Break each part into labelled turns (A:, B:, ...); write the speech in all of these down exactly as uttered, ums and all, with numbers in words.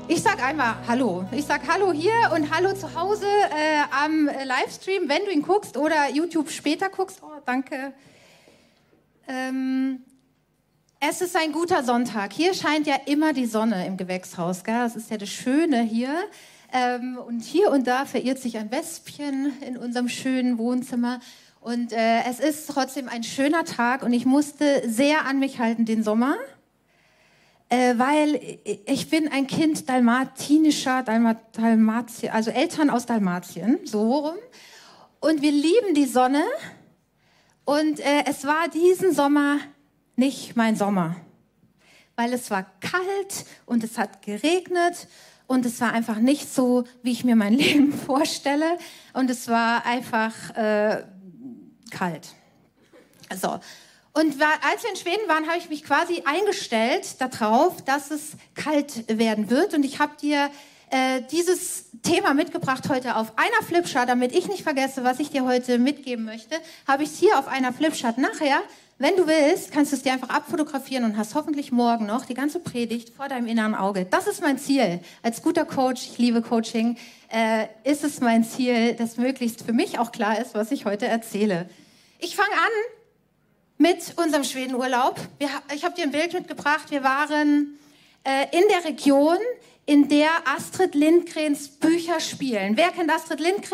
A: Ich sag einmal Hallo. Ich sag Hallo hier und Hallo zu Hause äh, am Livestream, wenn du ihn guckst oder YouTube später guckst. Oh, danke. Ähm, es ist ein guter Sonntag. Hier scheint ja immer die Sonne im Gewächshaus. Gell? Das ist ja das Schöne hier. Ähm, und hier und da verirrt sich ein Wespchen in unserem schönen Wohnzimmer. Und äh, es ist trotzdem ein schöner Tag und ich musste sehr an mich halten den Sommer. Äh, weil ich bin ein Kind dalmatinischer, Dalmat, Dalmatien, also Eltern aus Dalmatien, so rum. Und wir lieben die Sonne. Und äh, es war diesen Sommer nicht mein Sommer. Weil es war kalt und es hat geregnet und es war einfach nicht so, wie ich mir mein Leben vorstelle. Und es war einfach äh, kalt. So. Und war, als wir in Schweden waren, habe ich mich quasi eingestellt darauf, dass es kalt werden wird. Und ich habe dir äh, dieses Thema mitgebracht heute auf einer Flipchart, damit ich nicht vergesse, was ich dir heute mitgeben möchte. Habe ich es hier auf einer Flipchart. Nachher, wenn du willst, kannst du es dir einfach abfotografieren und hast hoffentlich morgen noch die ganze Predigt vor deinem inneren Auge. Das ist mein Ziel. Als guter Coach, ich liebe Coaching, äh, ist es mein Ziel, dass möglichst für mich auch klar ist, was ich heute erzähle. Ich fange an mit unserem Schwedenurlaub. Wir, ich habe dir ein Bild mitgebracht. Wir waren äh, in der Region, in der Astrid Lindgrens Bücher spielen. Wer kennt Astrid Lindgren?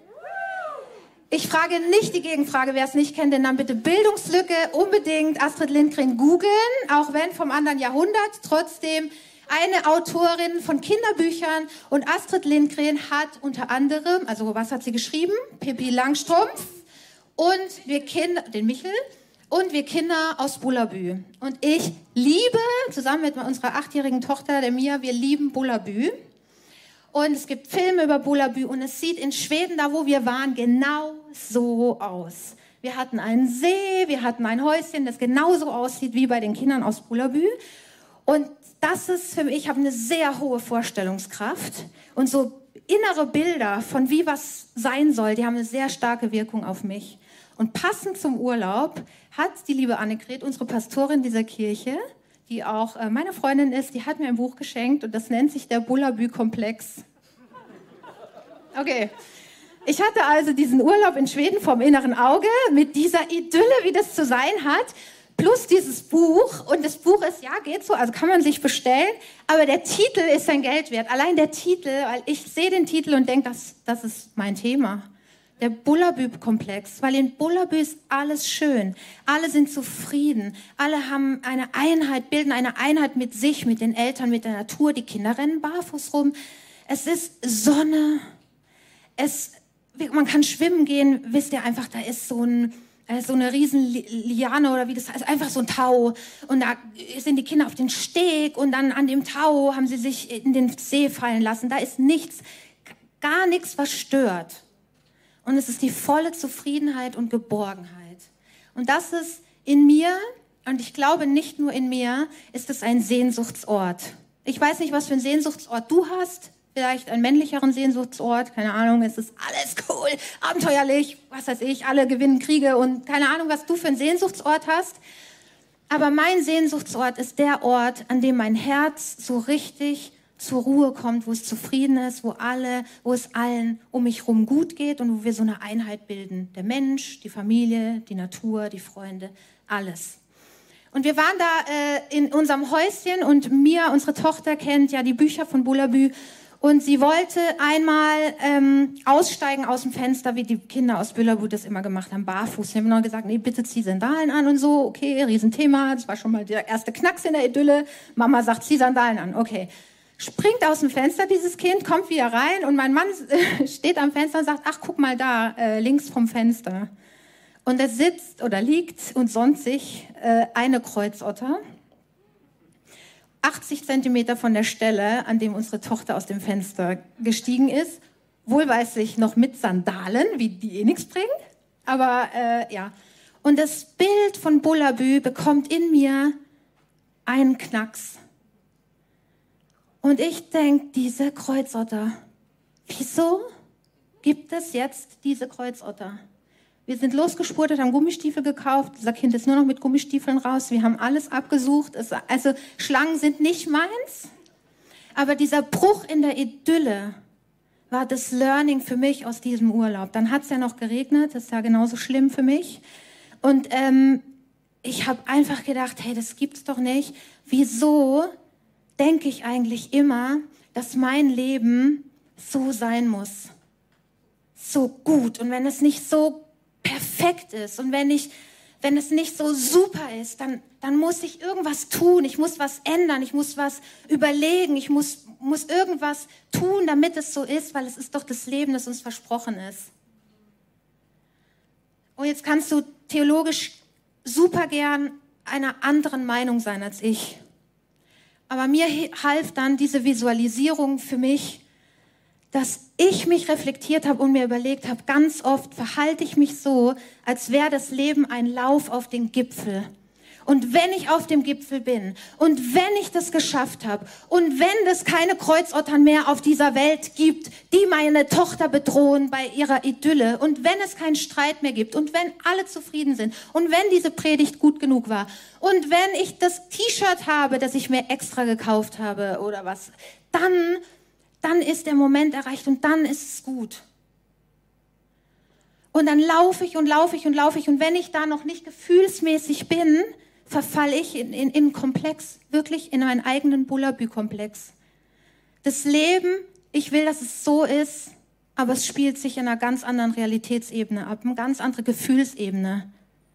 A: Ich frage nicht die Gegenfrage, wer es nicht kennt, denn dann bitte Bildungslücke, unbedingt Astrid Lindgren googeln, auch wenn vom anderen Jahrhundert. Trotzdem eine Autorin von Kinderbüchern und Astrid Lindgren hat unter anderem, also was hat sie geschrieben? Pippi Langstrumpf und wir Kinder, den Michel, und wir Kinder aus Bullerbü. Und ich liebe, zusammen mit unserer achtjährigen Tochter, der Mia, wir lieben Bullerbü. Und es gibt Filme über Bullerbü und es sieht in Schweden, da wo wir waren, genau so aus. Wir hatten einen See, wir hatten ein Häuschen, das genauso aussieht wie bei den Kindern aus Bullerbü. Und das ist für mich, ich habe eine sehr hohe Vorstellungskraft. Und so innere Bilder von wie was sein soll, die haben eine sehr starke Wirkung auf mich. Und passend zum Urlaub hat die liebe Annegret, unsere Pastorin dieser Kirche, die auch äh, meine Freundin ist, die hat mir ein Buch geschenkt und das nennt sich der Bullerbü-Komplex. Okay. Ich hatte also diesen Urlaub in Schweden vom inneren Auge mit dieser Idylle, wie das zu sein hat, plus dieses Buch. Und das Buch ist, ja, geht so, also kann man sich bestellen, aber der Titel ist sein Geld wert. Allein der Titel, weil ich sehe den Titel und denke, das, das ist mein Thema. Der Bullerbü-Komplex, weil in Bullerbü ist alles schön. Alle sind zufrieden. Alle haben eine Einheit, bilden eine Einheit mit sich, mit den Eltern, mit der Natur. Die Kinder rennen barfuß rum. Es ist Sonne. Es, man kann schwimmen gehen. Wisst ihr einfach, da ist so ein, so eine riesen Liane oder wie das heißt, einfach so ein Tau. Und da sind die Kinder auf den Steg und dann an dem Tau haben sie sich in den See fallen lassen. Da ist nichts, gar nichts, was stört. Und es ist die volle Zufriedenheit und Geborgenheit. Und das ist in mir, und ich glaube nicht nur in mir, ist es ein Sehnsuchtsort. Ich weiß nicht, was für einen Sehnsuchtsort du hast. Vielleicht einen männlicheren Sehnsuchtsort. Keine Ahnung, es ist alles cool, abenteuerlich, was weiß ich, alle gewinnen Kriege und keine Ahnung, was du für einen Sehnsuchtsort hast. Aber mein Sehnsuchtsort ist der Ort, an dem mein Herz so richtig zur Ruhe kommt, wo es zufrieden ist, wo alle, wo es allen um mich herum gut geht und wo wir so eine Einheit bilden. Der Mensch, die Familie, die Natur, die Freunde, alles. Und wir waren da äh, in unserem Häuschen und Mia, unsere Tochter, kennt ja die Bücher von Bullerbü und sie wollte einmal ähm, aussteigen aus dem Fenster, wie die Kinder aus Bullerbü das immer gemacht haben, barfuß. Wir haben noch gesagt, nee, bitte zieh Sandalen an und so. Okay, Riesenthema, das war schon mal der erste Knacks in der Idylle. Mama sagt, zieh Sandalen an, okay. Springt aus dem Fenster, dieses Kind, kommt wieder rein und mein Mann steht am Fenster und sagt, ach, guck mal da, äh, links vom Fenster. Und da sitzt oder liegt und sonnt sich äh, eine Kreuzotter, achtzig Zentimeter von der Stelle, an dem unsere Tochter aus dem Fenster gestiegen ist, wohlweislich noch mit Sandalen, wie die eh nichts bringen, aber äh, ja. Und das Bild von Bullerbü bekommt in mir einen Knacks. Und ich denke, diese Kreuzotter, wieso gibt es jetzt diese Kreuzotter? Wir sind losgespurtet, haben Gummistiefel gekauft. Unser Kind ist nur noch mit Gummistiefeln raus. Wir haben alles abgesucht. Es, also Schlangen sind nicht meins. Aber dieser Bruch in der Idylle war das Learning für mich aus diesem Urlaub. Dann hat es ja noch geregnet, das ist ja genauso schlimm für mich. Und ähm, ich habe einfach gedacht, hey, das gibt's doch nicht. Wieso denke ich eigentlich immer, dass mein Leben so sein muss? So gut. Und wenn es nicht so perfekt ist und wenn ich, wenn es nicht so super ist, dann, dann muss ich irgendwas tun. Ich muss was ändern. Ich muss was überlegen. Ich muss, muss irgendwas tun, damit es so ist, weil es ist doch das Leben, das uns versprochen ist. Und jetzt kannst du theologisch super gern einer anderen Meinung sein als ich. Aber mir half dann diese Visualisierung für mich, dass ich mich reflektiert habe und mir überlegt habe, ganz oft verhalte ich mich so, als wäre das Leben ein Lauf auf den Gipfel. Und wenn ich auf dem Gipfel bin und wenn ich das geschafft habe und wenn es keine Kreuzottern mehr auf dieser Welt gibt, die meine Tochter bedrohen bei ihrer Idylle und wenn es keinen Streit mehr gibt und wenn alle zufrieden sind und wenn diese Predigt gut genug war und wenn ich das T-Shirt habe, das ich mir extra gekauft habe oder was, dann, dann ist der Moment erreicht und dann ist es gut. Und dann laufe ich und laufe ich und laufe ich und wenn ich da noch nicht gefühlsmäßig bin, verfalle ich in, in, in einen Komplex, wirklich in meinen eigenen Bullabü-Komplex. Das Leben, ich will, dass es so ist, aber es spielt sich in einer ganz anderen Realitätsebene ab, eine ganz andere Gefühlsebene.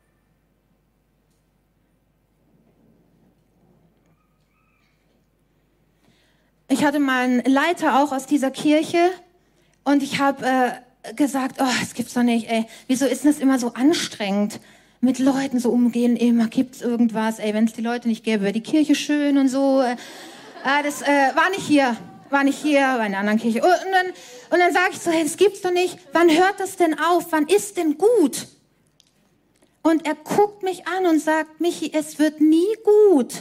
A: Ich hatte mal einen Leiter auch aus dieser Kirche und ich habe äh, gesagt, oh, es gibt's doch nicht, ey, wieso ist das immer so anstrengend? Mit Leuten so umgehen, immer gibt's irgendwas, ey, wenn es die Leute nicht gäbe, wäre die Kirche schön und so. Äh, das äh, war nicht hier, war nicht hier, war in einer anderen Kirche. Und dann, und dann sage ich so, hey, das gibt's doch nicht. Wann hört das denn auf? Wann ist denn gut? Und er guckt mich an und sagt, Michi, es wird nie gut.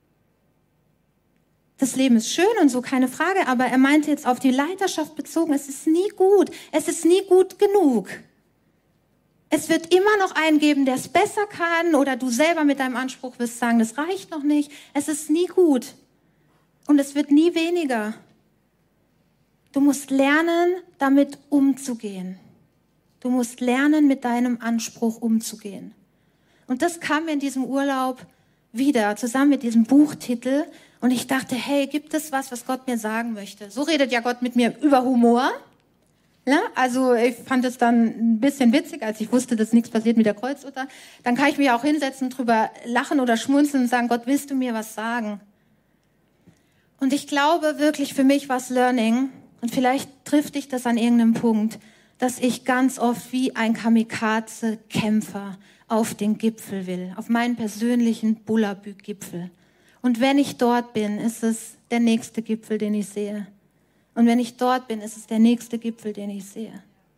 A: Das Leben ist schön und so, keine Frage, aber er meinte jetzt auf die Leiterschaft bezogen, es ist nie gut, es ist nie gut genug. Es wird immer noch einen geben, der es besser kann oder du selber mit deinem Anspruch wirst sagen, das reicht noch nicht. Es ist nie gut und es wird nie weniger. Du musst lernen, damit umzugehen. Du musst lernen, mit deinem Anspruch umzugehen. Und das kam mir in diesem Urlaub wieder, zusammen mit diesem Buchtitel. Und ich dachte, hey, gibt es was, was Gott mir sagen möchte? So redet ja Gott mit mir über Humor. Ja, also ich fand es dann ein bisschen witzig, als ich wusste, dass nichts passiert mit der Kreuzotter. Dann kann ich mich auch hinsetzen und drüber lachen oder schmunzeln und sagen, Gott, willst du mir was sagen? Und ich glaube wirklich, für mich war es Learning, und vielleicht trifft dich das an irgendeinem Punkt, dass ich ganz oft wie ein Kamikaze-Kämpfer auf den Gipfel will, auf meinen persönlichen Bullabü-Gipfel. Und wenn ich dort bin, ist es der nächste Gipfel, den ich sehe. Und wenn ich dort bin, ist es der nächste Gipfel, den ich sehe.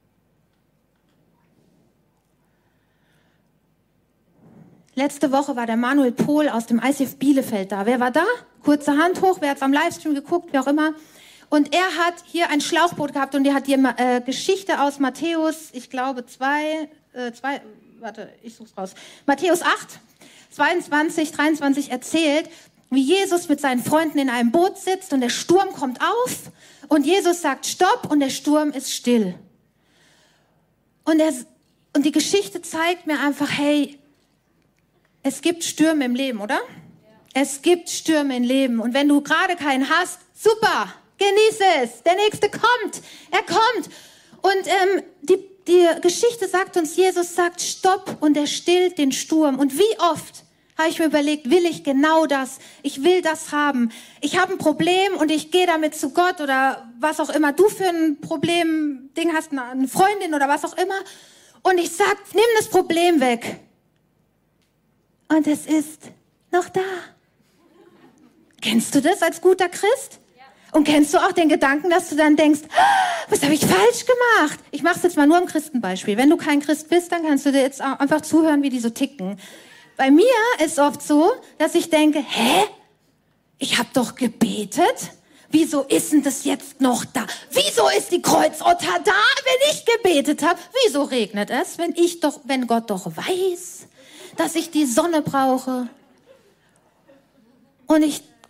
A: Letzte Woche war der Manuel Pohl aus dem I C F Bielefeld da. Wer war da? Kurze Hand hoch, wer hat es am Livestream geguckt, wie auch immer. Und er hat hier ein Schlauchboot gehabt und er hat die äh, Geschichte aus Matthäus, ich glaube zwei, äh, zwei, warte, ich such's raus. Matthäus acht, zweiundzwanzig, dreiundzwanzig erzählt, wie Jesus mit seinen Freunden in einem Boot sitzt und der Sturm kommt auf und Jesus sagt Stopp und der Sturm ist still. Und, er, und die Geschichte zeigt mir einfach, hey, es gibt Stürme im Leben, oder? Ja. Es gibt Stürme im Leben und wenn du gerade keinen hast, super, genieße es, der Nächste kommt, er kommt. Und ähm, die, die Geschichte sagt uns, Jesus sagt Stopp und er stillt den Sturm. Und wie oft habe ich mir überlegt, will ich genau das? Ich will das haben. Ich habe ein Problem und ich gehe damit zu Gott oder was auch immer du für ein Problem-Ding hast, eine Freundin oder was auch immer. Und ich sag, nimm das Problem weg. Und es ist noch da. Kennst du das als guter Christ? Und kennst du auch den Gedanken, dass du dann denkst, was habe ich falsch gemacht? Ich mache es jetzt mal nur im Christenbeispiel. Wenn du kein Christ bist, dann kannst du dir jetzt einfach zuhören, wie die so ticken. Bei mir ist oft so, dass ich denke, hä? Ich habe doch gebetet. Wieso ist denn das jetzt noch da? Wieso ist die Kreuzotter da, wenn ich gebetet habe? Wieso regnet es, wenn ich doch, wenn Gott doch weiß, dass ich die Sonne brauche? Und ich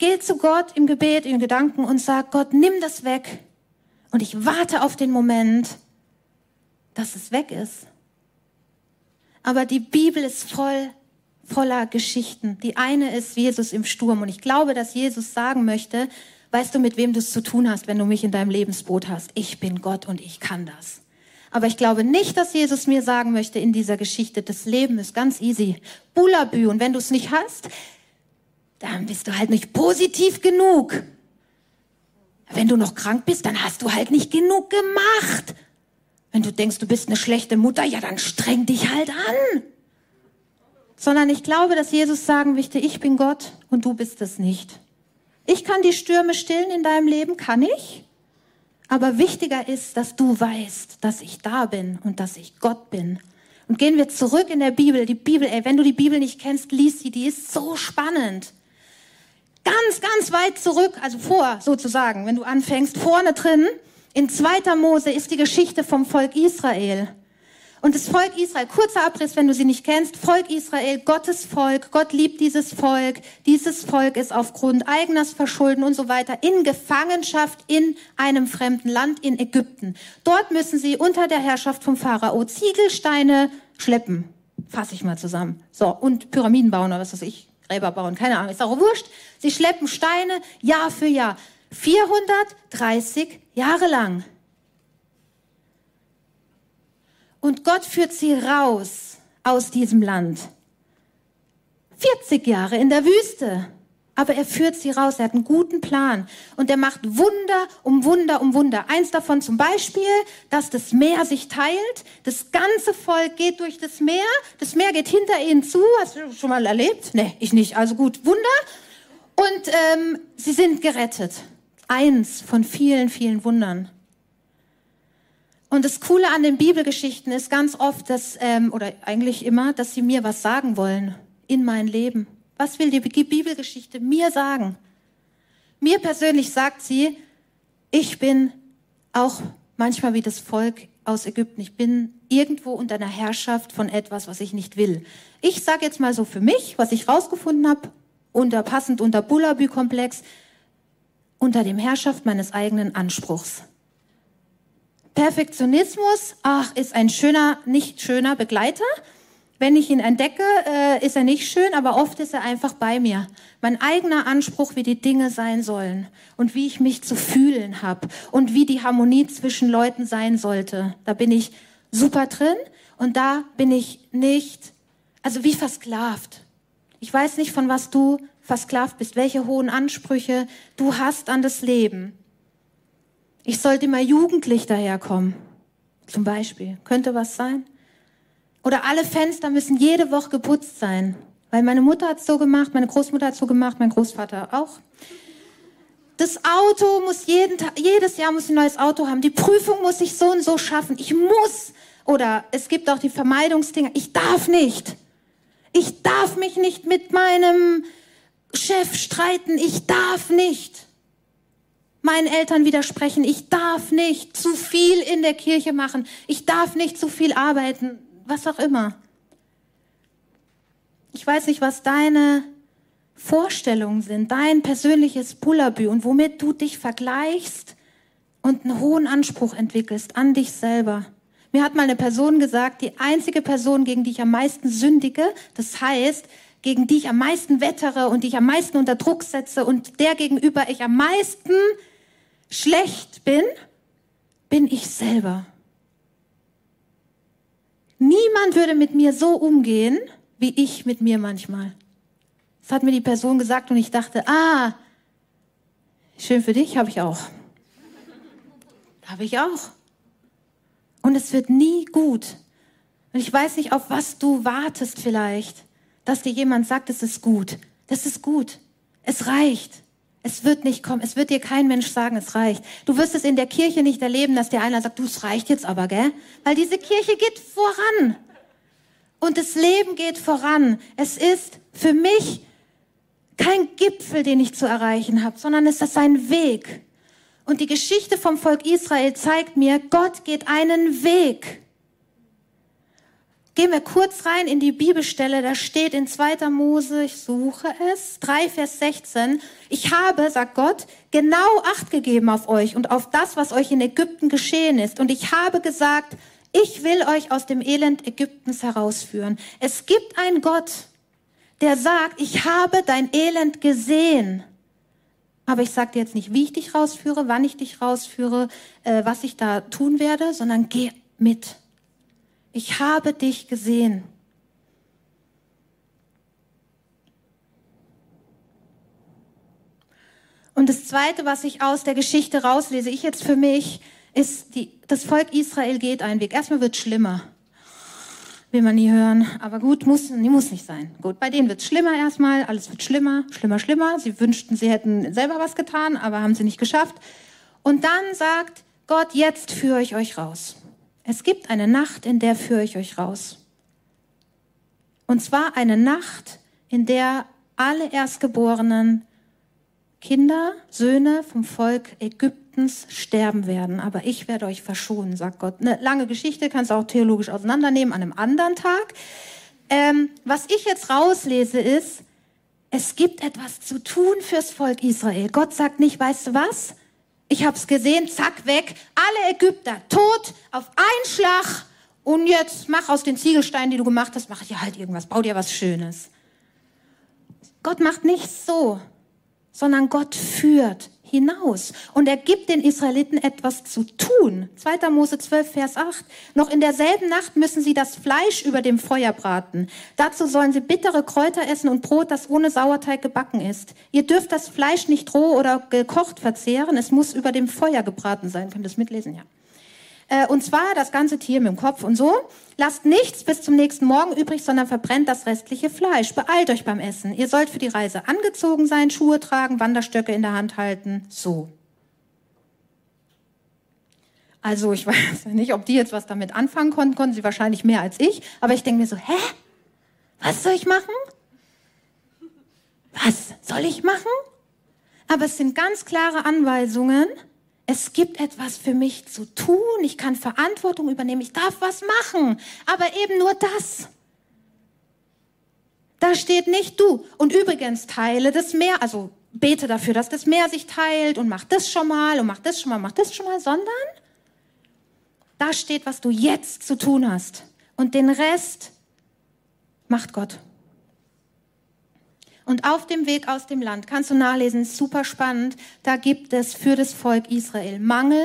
A: geh zu Gott im Gebet, in Gedanken und sag, Gott, nimm das weg. Und ich warte auf den Moment, dass es weg ist. Aber die Bibel ist voll, voller Geschichten. Die eine ist Jesus im Sturm. Und ich glaube, dass Jesus sagen möchte, weißt du, mit wem du es zu tun hast, wenn du mich in deinem Lebensboot hast? Ich bin Gott und ich kann das. Aber ich glaube nicht, dass Jesus mir sagen möchte in dieser Geschichte, das Leben ist ganz easy. Bullabü. Und wenn du es nicht hast, dann bist du halt nicht positiv genug. Wenn du noch krank bist, dann hast du halt nicht genug gemacht. Wenn du denkst, du bist eine schlechte Mutter, ja, dann streng dich halt an. Sondern ich glaube, dass Jesus sagen möchte, ich bin Gott und du bist es nicht. Ich kann die Stürme stillen in deinem Leben, kann ich. Aber wichtiger ist, dass du weißt, dass ich da bin und dass ich Gott bin. Und gehen wir zurück in der Bibel. Die Bibel, ey, wenn du die Bibel nicht kennst, lies sie, die ist so spannend. Ganz, ganz weit zurück, also vor sozusagen, wenn du anfängst, vorne drin, in zweiter Mose ist die Geschichte vom Volk Israel. Und das Volk Israel, kurzer Abriss, wenn du sie nicht kennst, Volk Israel, Gottes Volk, Gott liebt dieses Volk. Dieses Volk ist aufgrund eigenes Verschulden und so weiter in Gefangenschaft in einem fremden Land, in Ägypten. Dort müssen sie unter der Herrschaft vom Pharao Ziegelsteine schleppen. Fass ich mal zusammen. So, und Pyramiden bauen oder was weiß ich, Gräber bauen, keine Ahnung, ist auch wurscht. Sie schleppen Steine Jahr für Jahr. vierhundertdreißig Jahre lang. Und Gott führt sie raus aus diesem Land. vierzig Jahre in der Wüste. Aber er führt sie raus, er hat einen guten Plan. Und er macht Wunder um Wunder um Wunder. Eins davon zum Beispiel, dass das Meer sich teilt. Das ganze Volk geht durch das Meer. Das Meer geht hinter ihnen zu. Hast du schon mal erlebt? Nee, ich nicht. Also gut, Wunder. Und ähm, sie sind gerettet. Eins von vielen, vielen Wundern. Und das Coole an den Bibelgeschichten ist ganz oft, dass, ähm, oder eigentlich immer, dass sie mir was sagen wollen in mein Leben. Was will die Bibelgeschichte mir sagen? Mir persönlich sagt sie, ich bin auch manchmal wie das Volk aus Ägypten. Ich bin irgendwo unter einer Herrschaft von etwas, was ich nicht will. Ich sage jetzt mal so für mich, was ich rausgefunden habe, unter, passend unter Bullabü-Komplex, unter dem Herrschaft meines eigenen Anspruchs. Perfektionismus, ach, ist ein schöner, nicht schöner Begleiter. Wenn ich ihn entdecke, äh, ist er nicht schön, aber oft ist er einfach bei mir. Mein eigener Anspruch, wie die Dinge sein sollen und wie ich mich zu fühlen habe und wie die Harmonie zwischen Leuten sein sollte. Da bin ich super drin und da bin ich nicht, also wie versklavt. Ich weiß nicht, von was du versklavt bist, welche hohen Ansprüche du hast an das Leben. Ich sollte immer jugendlich daherkommen, zum Beispiel. Könnte was sein? Oder alle Fenster müssen jede Woche geputzt sein. Weil meine Mutter hat es so gemacht, meine Großmutter hat es so gemacht, mein Großvater auch. Das Auto muss jeden Tag, jedes Jahr muss ich ein neues Auto haben. Die Prüfung muss ich so und so schaffen. Ich muss. Oder es gibt auch die Vermeidungsdinger. Ich darf nicht. Ich darf mich nicht mit meinem Chef streiten. Ich darf nicht meinen Eltern widersprechen. Ich darf nicht zu viel in der Kirche machen. Ich darf nicht zu viel arbeiten. Was auch immer. Ich weiß nicht, was deine Vorstellungen sind, dein persönliches Bullabü und womit du dich vergleichst und einen hohen Anspruch entwickelst an dich selber. Mir hat mal eine Person gesagt, die einzige Person, gegen die ich am meisten sündige, das heißt, gegen die ich am meisten wettere und die ich am meisten unter Druck setze und der gegenüber ich am meisten schlecht bin, bin ich selber. Niemand würde mit mir so umgehen, wie ich mit mir manchmal. Das hat mir die Person gesagt und ich dachte, ah, schön für dich, habe ich auch. Habe ich auch. Und es wird nie gut. Und ich weiß nicht, auf was du wartest vielleicht, dass dir jemand sagt, es ist gut. Das ist gut. Es reicht. Es wird nicht kommen. Es wird dir kein Mensch sagen, es reicht. Du wirst es in der Kirche nicht erleben, dass dir einer sagt, du, es reicht jetzt aber, gell? Weil diese Kirche geht voran. Und das Leben geht voran. Es ist für mich kein Gipfel, den ich zu erreichen habe, sondern es ist ein Weg. Und die Geschichte vom Volk Israel zeigt mir, Gott geht einen Weg. Gehen wir kurz rein in die Bibelstelle, da steht in zweiter Mose, ich suche es, drei Vers sechzehn, ich habe, sagt Gott, genau Acht gegeben auf euch und auf das, was euch in Ägypten geschehen ist. Und ich habe gesagt, ich will euch aus dem Elend Ägyptens herausführen. Es gibt einen Gott, der sagt, ich habe dein Elend gesehen. Aber ich sage dir jetzt nicht, wie ich dich rausführe, wann ich dich rausführe, äh, was ich da tun werde, sondern geh mit. Ich habe dich gesehen. Und das Zweite, was ich aus der Geschichte rauslese, ich jetzt für mich, ist, die, das Volk Israel geht einen Weg. Erstmal wird es schlimmer. Will man nie hören. Aber gut, muss, muss nicht sein. Gut, bei denen wird es schlimmer erstmal. Alles wird schlimmer, schlimmer, schlimmer. Sie wünschten, sie hätten selber was getan, aber haben sie nicht geschafft. Und dann sagt Gott, jetzt führe ich euch raus. Es gibt eine Nacht, in der führe ich euch raus. Und zwar eine Nacht, in der alle erstgeborenen Kinder, Söhne vom Volk Ägyptens sterben werden. Aber ich werde euch verschonen, sagt Gott. Eine lange Geschichte, kannst du auch theologisch auseinandernehmen an einem anderen Tag. Ähm, was ich jetzt rauslese ist, es gibt etwas zu tun fürs Volk Israel. Gott sagt nicht, weißt du was? Ich hab's gesehen, zack, weg. Alle Ägypter tot, auf einen Schlag. Und jetzt mach aus den Ziegelsteinen, die du gemacht hast, mach dir halt irgendwas, bau dir was Schönes. Gott macht nicht so, sondern Gott führt hinaus. Und er gibt den Israeliten etwas zu tun. zweiter Mose zwölf, Vers acht. Noch in derselben Nacht müssen sie das Fleisch über dem Feuer braten. Dazu sollen sie bittere Kräuter essen und Brot, das ohne Sauerteig gebacken ist. Ihr dürft das Fleisch nicht roh oder gekocht verzehren. Es muss über dem Feuer gebraten sein. Könnt ihr das mitlesen? Ja. Und zwar das ganze Tier mit dem Kopf und so. Lasst nichts bis zum nächsten Morgen übrig, sondern verbrennt das restliche Fleisch. Beeilt euch beim Essen. Ihr sollt für die Reise angezogen sein, Schuhe tragen, Wanderstöcke in der Hand halten. So. Also ich weiß nicht, ob die jetzt was damit anfangen konnten. Konnten sie wahrscheinlich mehr als ich. Aber ich denke mir so, hä? Was soll ich machen? Was soll ich machen? Aber es sind ganz klare Anweisungen. Es gibt etwas für mich zu tun, ich kann Verantwortung übernehmen, ich darf was machen, aber eben nur das. Da steht nicht du. Und übrigens teile das Meer, also bete dafür, dass das Meer sich teilt und mach das schon mal und mach das schon mal, mach das schon mal, sondern da steht, was du jetzt zu tun hast. Und den Rest macht Gott. Und auf dem Weg aus dem Land, kannst du nachlesen, ist super spannend, da gibt es für das Volk Israel Mangel,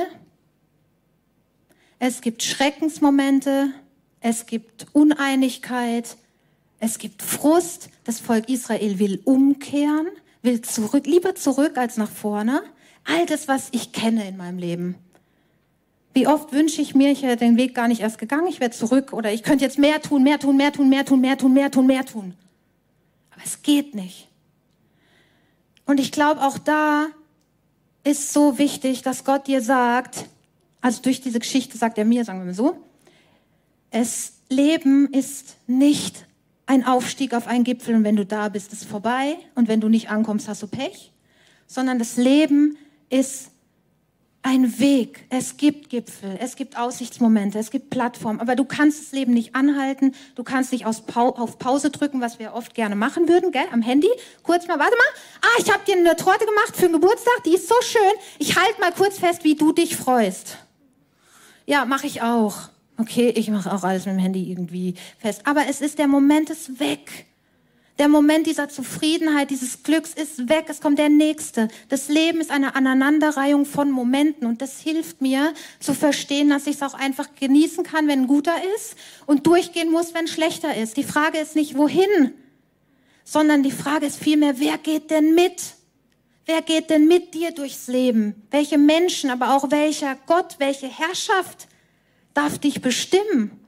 A: es gibt Schreckensmomente, es gibt Uneinigkeit, es gibt Frust, das Volk Israel will umkehren, will zurück, lieber zurück als nach vorne. All das, was ich kenne in meinem Leben. Wie oft wünsche ich mir, ich hätte den Weg gar nicht erst gegangen, ich wäre zurück oder ich könnte jetzt mehr tun, mehr tun, mehr tun, mehr tun, mehr tun, mehr tun, mehr tun. Aber es geht nicht. Und ich glaube, auch da ist so wichtig, dass Gott dir sagt, also durch diese Geschichte sagt er mir, sagen wir mal so, es Leben ist nicht ein Aufstieg auf einen Gipfel und wenn du da bist, ist vorbei und wenn du nicht ankommst, hast du Pech, sondern das Leben ist ein Weg. Es gibt Gipfel, es gibt Aussichtsmomente, es gibt Plattformen, aber du kannst das Leben nicht anhalten, du kannst nicht auf Pause drücken, was wir oft gerne machen würden, gell, am Handy. Kurz mal, warte mal, ah, ich habe dir eine Torte gemacht für den Geburtstag, die ist so schön, ich halte mal kurz fest, wie du dich freust. Ja, mache ich auch. Okay, ich mache auch alles mit dem Handy irgendwie fest, aber es ist der Moment, ist weg. Der Moment dieser Zufriedenheit, dieses Glücks ist weg, es kommt der nächste. Das Leben ist eine Aneinanderreihung von Momenten und das hilft mir zu verstehen, dass ich es auch einfach genießen kann, wenn ein guter ist und durchgehen muss, wenn ein schlechter ist. Die Frage ist nicht, wohin, sondern die Frage ist vielmehr, wer geht denn mit? Wer geht denn mit dir durchs Leben? Welche Menschen, aber auch welcher Gott, welche Herrschaft darf dich bestimmen?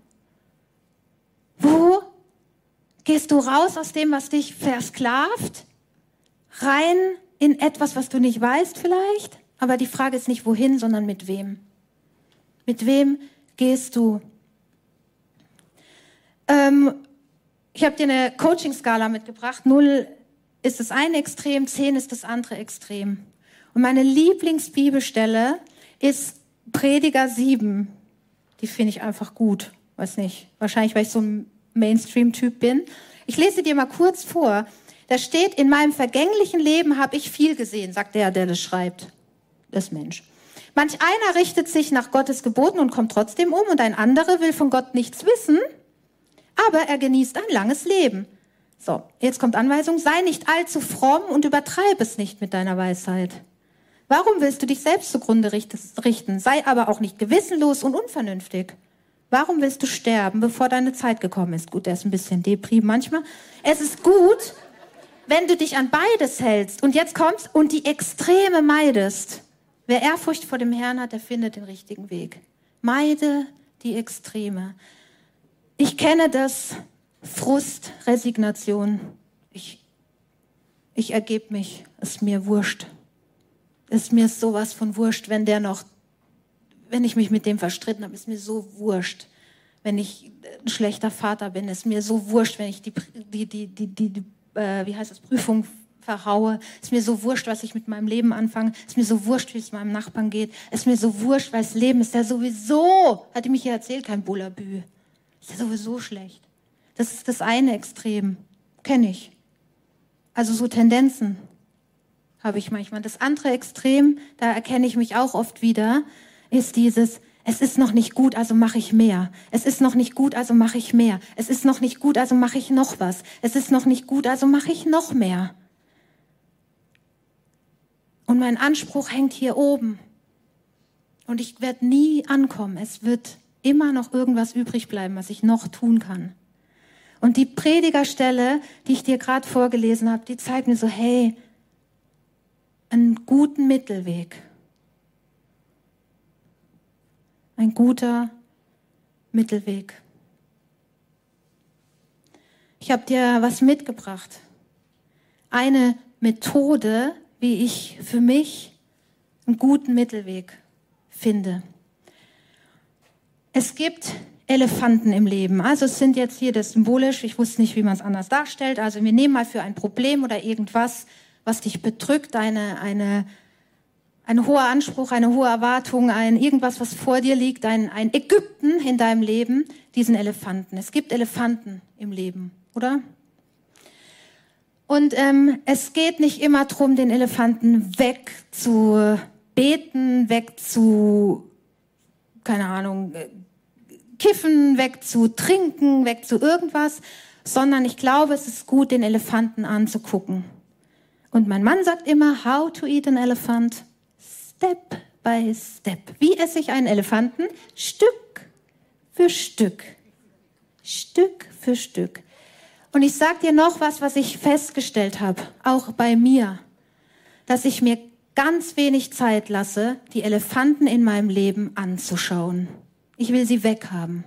A: Wo gehst du raus aus dem, was dich versklavt, rein in etwas, was du nicht weißt vielleicht? Aber die Frage ist nicht wohin, sondern mit wem. Mit wem gehst du? Ähm, ich habe dir eine Coaching-Skala mitgebracht. Null ist das eine Extrem, zehn ist das andere Extrem. Und meine Lieblingsbibelstelle ist Prediger sieben. Die finde ich einfach gut. Weiß nicht, wahrscheinlich, weil ich so ein Mainstream-Typ bin. Ich lese dir mal kurz vor. Da steht, in meinem vergänglichen Leben habe ich viel gesehen, sagt der, der das schreibt. Das Mensch. Manch einer richtet sich nach Gottes Geboten und kommt trotzdem um und ein anderer will von Gott nichts wissen, aber er genießt ein langes Leben. So, jetzt kommt Anweisung, sei nicht allzu fromm und übertreib es nicht mit deiner Weisheit. Warum willst du dich selbst zugrunde richten? Sei aber auch nicht gewissenlos und unvernünftig. Warum willst du sterben, bevor deine Zeit gekommen ist? Gut, der ist ein bisschen deprim manchmal. Es ist gut, wenn du dich an beides hältst und jetzt kommst und die Extreme meidest. Wer Ehrfurcht vor dem Herrn hat, der findet den richtigen Weg. Meide die Extreme. Ich kenne das Frust, Resignation. Ich, ich ergebe mich, ist mir wurscht. Ist mir sowas von wurscht, wenn der noch, wenn ich mich mit dem verstritten habe, ist mir so wurscht. Wenn ich ein schlechter Vater bin, ist mir so wurscht, wenn ich die, die, die, die, die, die äh, wie heißt das, Prüfung verhaue. Ist mir so wurscht, was ich mit meinem Leben anfange. Ist mir so wurscht, wie es meinem Nachbarn geht. Ist mir so wurscht, weil das Leben ist ja sowieso, hat die mich ja erzählt, kein Bullabü. Ist ja sowieso schlecht. Das ist das eine Extrem. Kenne ich. Also so Tendenzen habe ich manchmal. Das andere Extrem, da erkenne ich mich auch oft wieder, ist dieses, es ist noch nicht gut, also mache ich mehr. Es ist noch nicht gut, also mache ich mehr. Es ist noch nicht gut, also mache ich noch was. Es ist noch nicht gut, also mache ich noch mehr. Und mein Anspruch hängt hier oben. Und ich werde nie ankommen. Es wird immer noch irgendwas übrig bleiben, was ich noch tun kann. Und die Predigerstelle, die ich dir gerade vorgelesen habe, die zeigt mir so, hey, einen guten Mittelweg. Ein guter Mittelweg. Ich habe dir was mitgebracht. Eine Methode, wie ich für mich einen guten Mittelweg finde. Es gibt Elefanten im Leben. Also es sind jetzt hier das symbolisch, ich wusste nicht, wie man es anders darstellt. Also wir nehmen mal für ein Problem oder irgendwas, was dich bedrückt, eine, eine, ein hoher Anspruch, eine hohe Erwartung, ein irgendwas, was vor dir liegt, ein, ein Ägypten in deinem Leben, diesen Elefanten. Es gibt Elefanten im Leben, oder? Und ähm, es geht nicht immer darum, den Elefanten wegzubeten, wegzu, keine Ahnung, kiffen, wegzutrinken, weg zu irgendwas, sondern ich glaube, es ist gut, den Elefanten anzugucken. Und mein Mann sagt immer, how to eat an elephant, step by step. Wie esse ich einen Elefanten? Stück für Stück. Stück für Stück. Und ich sage dir noch was, was ich festgestellt habe, auch bei mir, dass ich mir ganz wenig Zeit lasse, die Elefanten in meinem Leben anzuschauen. Ich will sie weghaben.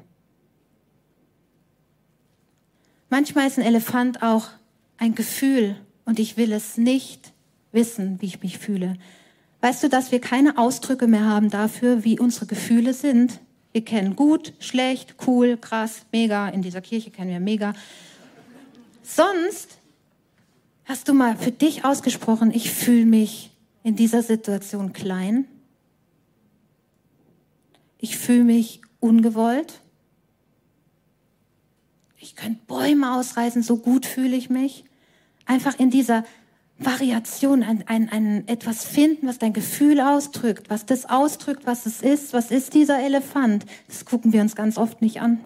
A: Manchmal ist ein Elefant auch ein Gefühl und ich will es nicht wissen, wie ich mich fühle. Weißt du, dass wir keine Ausdrücke mehr haben dafür, wie unsere Gefühle sind? Wir kennen gut, schlecht, cool, krass, mega. In dieser Kirche kennen wir mega. Sonst hast du mal für dich ausgesprochen, ich fühle mich in dieser Situation klein. Ich fühle mich ungewollt. Ich könnte Bäume ausreißen, so gut fühle ich mich. Einfach in dieser Variation, ein, ein, ein, etwas finden, was dein Gefühl ausdrückt, was das ausdrückt, was es ist. Was ist dieser Elefant? Das gucken wir uns ganz oft nicht an.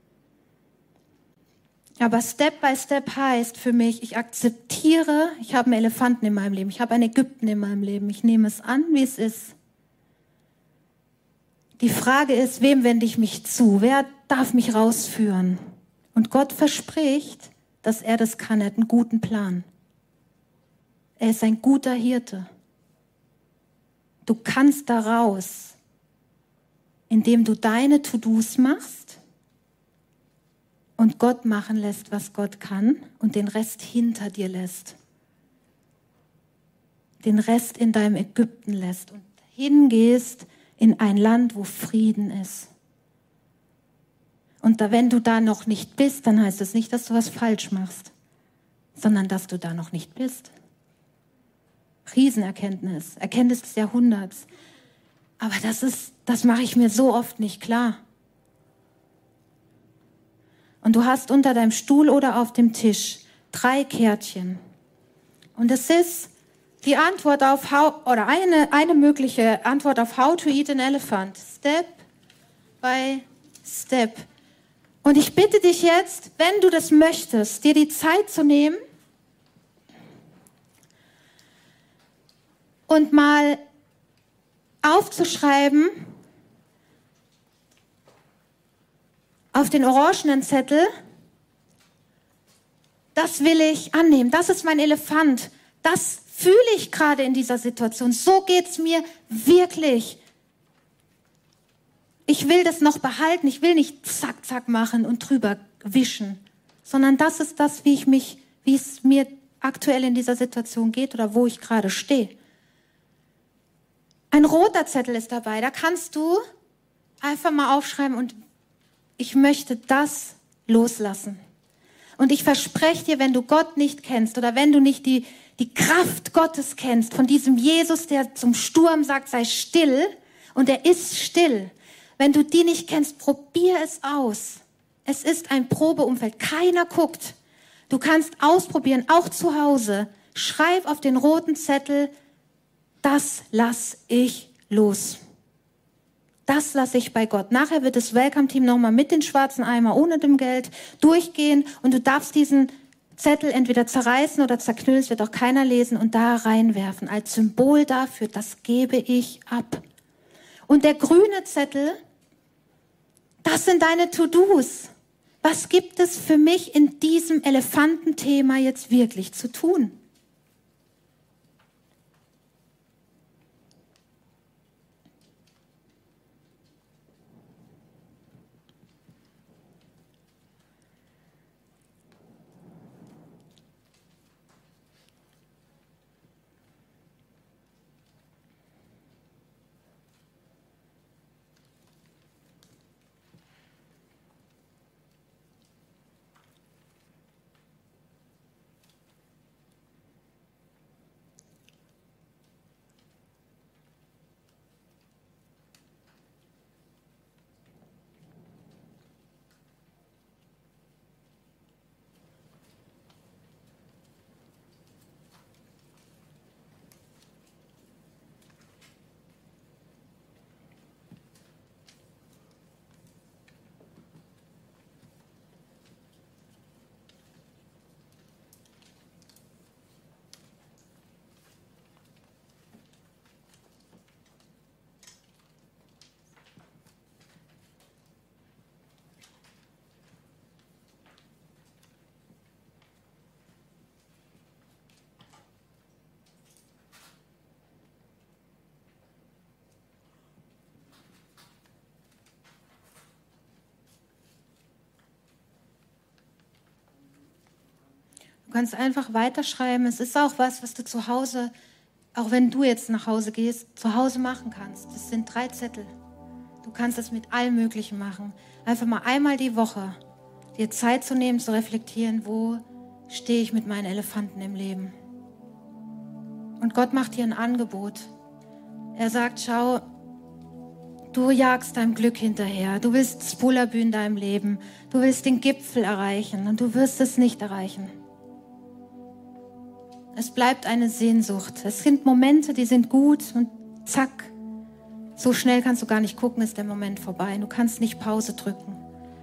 A: Aber Step by Step heißt für mich, ich akzeptiere, ich habe einen Elefanten in meinem Leben, ich habe einen Ägypten in meinem Leben. Ich nehme es an, wie es ist. Die Frage ist, wem wende ich mich zu? Wer darf mich rausführen? Und Gott verspricht, dass er das kann. Er hat einen guten Plan. Er ist ein guter Hirte. Du kannst da raus, indem du deine To-Dos machst und Gott machen lässt, was Gott kann und den Rest hinter dir lässt. Den Rest in deinem Ägypten lässt und hingehst in ein Land, wo Frieden ist. Und da, wenn du da noch nicht bist, dann heißt es nicht, dass du was falsch machst, sondern dass du da noch nicht bist. Riesenerkenntnis, Erkenntnis des Jahrhunderts. Aber das ist, das mache ich mir so oft nicht klar. Und du hast unter deinem Stuhl oder auf dem Tisch drei Kärtchen. Und es ist die Antwort auf how, oder eine, eine mögliche Antwort auf How to Eat an Elephant. Step by Step. Und ich bitte dich jetzt, wenn du das möchtest, dir die Zeit zu nehmen und mal aufzuschreiben auf den orangenen Zettel, das will ich annehmen, das ist mein Elefant, das fühle ich gerade in dieser Situation, so geht es mir wirklich. Ich will das noch behalten, ich will nicht zack, zack machen und drüber wischen, sondern das ist das, wie ich mich, wie es mir aktuell in dieser Situation geht oder wo ich gerade stehe. Ein roter Zettel ist dabei, da kannst du einfach mal aufschreiben und ich möchte das loslassen. Und ich verspreche dir, wenn du Gott nicht kennst oder wenn du nicht die, die Kraft Gottes kennst, von diesem Jesus, der zum Sturm sagt, sei still, und er ist still. Wenn du die nicht kennst, probier es aus. Es ist ein Probeumfeld, keiner guckt. Du kannst ausprobieren, auch zu Hause. Schreib auf den roten Zettel, das lass ich los. Das lasse ich bei Gott. Nachher wird das Welcome-Team nochmal mit den schwarzen Eimer ohne dem Geld durchgehen und du darfst diesen Zettel entweder zerreißen oder zerknüllen, es wird auch keiner lesen, und da reinwerfen als Symbol dafür, das gebe ich ab. Und der grüne Zettel, das sind deine To-Dos. Was gibt es für mich in diesem Elefantenthema jetzt wirklich zu tun? Du kannst einfach weiterschreiben. Es ist auch was, was du zu Hause, auch wenn du jetzt nach Hause gehst, zu Hause machen kannst. Das sind drei Zettel. Du kannst das mit allem Möglichen machen. Einfach mal einmal die Woche dir Zeit zu nehmen, zu reflektieren, wo stehe ich mit meinen Elefanten im Leben. Und Gott macht dir ein Angebot. Er sagt, schau, du jagst deinem Glück hinterher. Du willst das Bullabü in deinem Leben. Du willst den Gipfel erreichen und du wirst es nicht erreichen. Es bleibt eine Sehnsucht. Es sind Momente, die sind gut und zack, so schnell kannst du gar nicht gucken, ist der Moment vorbei. Du kannst nicht Pause drücken.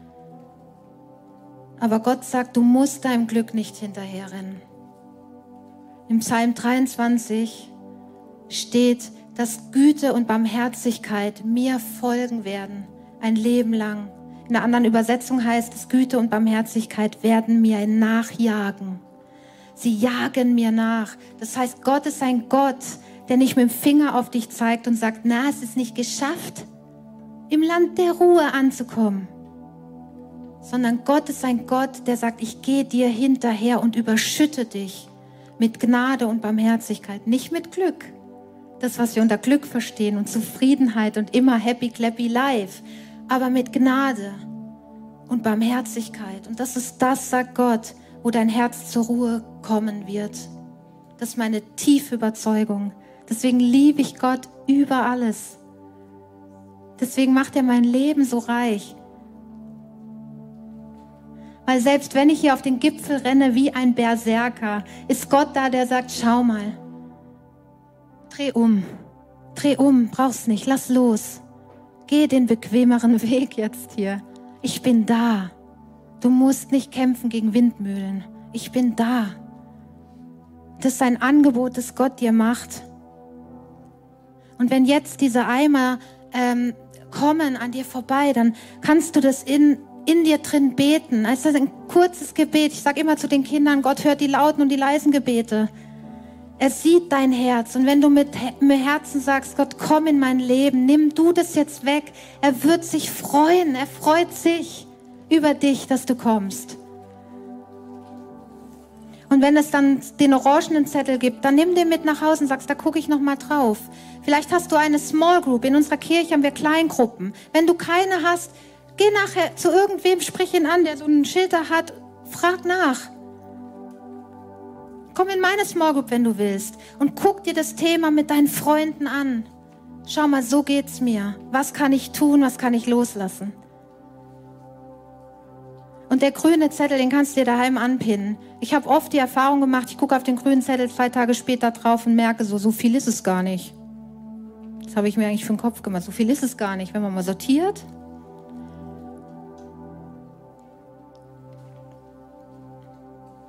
A: Aber Gott sagt, du musst deinem Glück nicht hinterherrennen. Im Psalm dreiundzwanzig steht, dass Güte und Barmherzigkeit mir folgen werden, ein Leben lang. In einer anderen Übersetzung heißt es, Güte und Barmherzigkeit werden mir nachjagen. Sie jagen mir nach. Das heißt, Gott ist ein Gott, der nicht mit dem Finger auf dich zeigt und sagt, na, es ist nicht geschafft, im Land der Ruhe anzukommen. Sondern Gott ist ein Gott, der sagt, ich gehe dir hinterher und überschütte dich mit Gnade und Barmherzigkeit, nicht mit Glück. Das, was wir unter Glück verstehen und Zufriedenheit und immer happy, clappy life, aber mit Gnade und Barmherzigkeit. Und das ist das, sagt Gott, wo dein Herz zur Ruhe kommen wird. Das ist meine tiefe Überzeugung. Deswegen liebe ich Gott über alles. Deswegen macht er mein Leben so reich. Weil selbst wenn ich hier auf den Gipfel renne wie ein Berserker, ist Gott da, der sagt, schau mal, dreh um, dreh um, brauchst nicht, lass los. Geh den bequemeren Weg jetzt hier. Ich bin da. Du musst nicht kämpfen gegen Windmühlen. Ich bin da. Das ist ein Angebot, das Gott dir macht. Und wenn jetzt diese Eimer ähm, kommen an dir vorbei, dann kannst du das in, in dir drin beten. Es ist ein kurzes Gebet. Ich sage immer zu den Kindern, Gott hört die lauten und die leisen Gebete. Er sieht dein Herz. Und wenn du mit, mit Herzen sagst, Gott, komm in mein Leben, nimm du das jetzt weg. Er wird sich freuen. Er freut sich über dich, dass du kommst. Und wenn es dann den orangenen Zettel gibt, dann nimm den mit nach Hause und sagst, da gucke ich noch mal drauf. Vielleicht hast du eine Small Group. In unserer Kirche haben wir Kleingruppen. Wenn du keine hast, geh nachher zu irgendwem, sprich ihn an, der so einen Schilder hat, frag nach. Komm in meine Small Group, wenn du willst, und guck dir das Thema mit deinen Freunden an. Schau mal, so geht's mir. Was kann ich tun, was kann ich loslassen? Und der grüne Zettel, den kannst du dir daheim anpinnen. Ich habe oft die Erfahrung gemacht, ich gucke auf den grünen Zettel zwei Tage später drauf und merke so, so viel ist es gar nicht. Das habe ich mir eigentlich für den Kopf gemacht. So viel ist es gar nicht. Wenn man mal sortiert,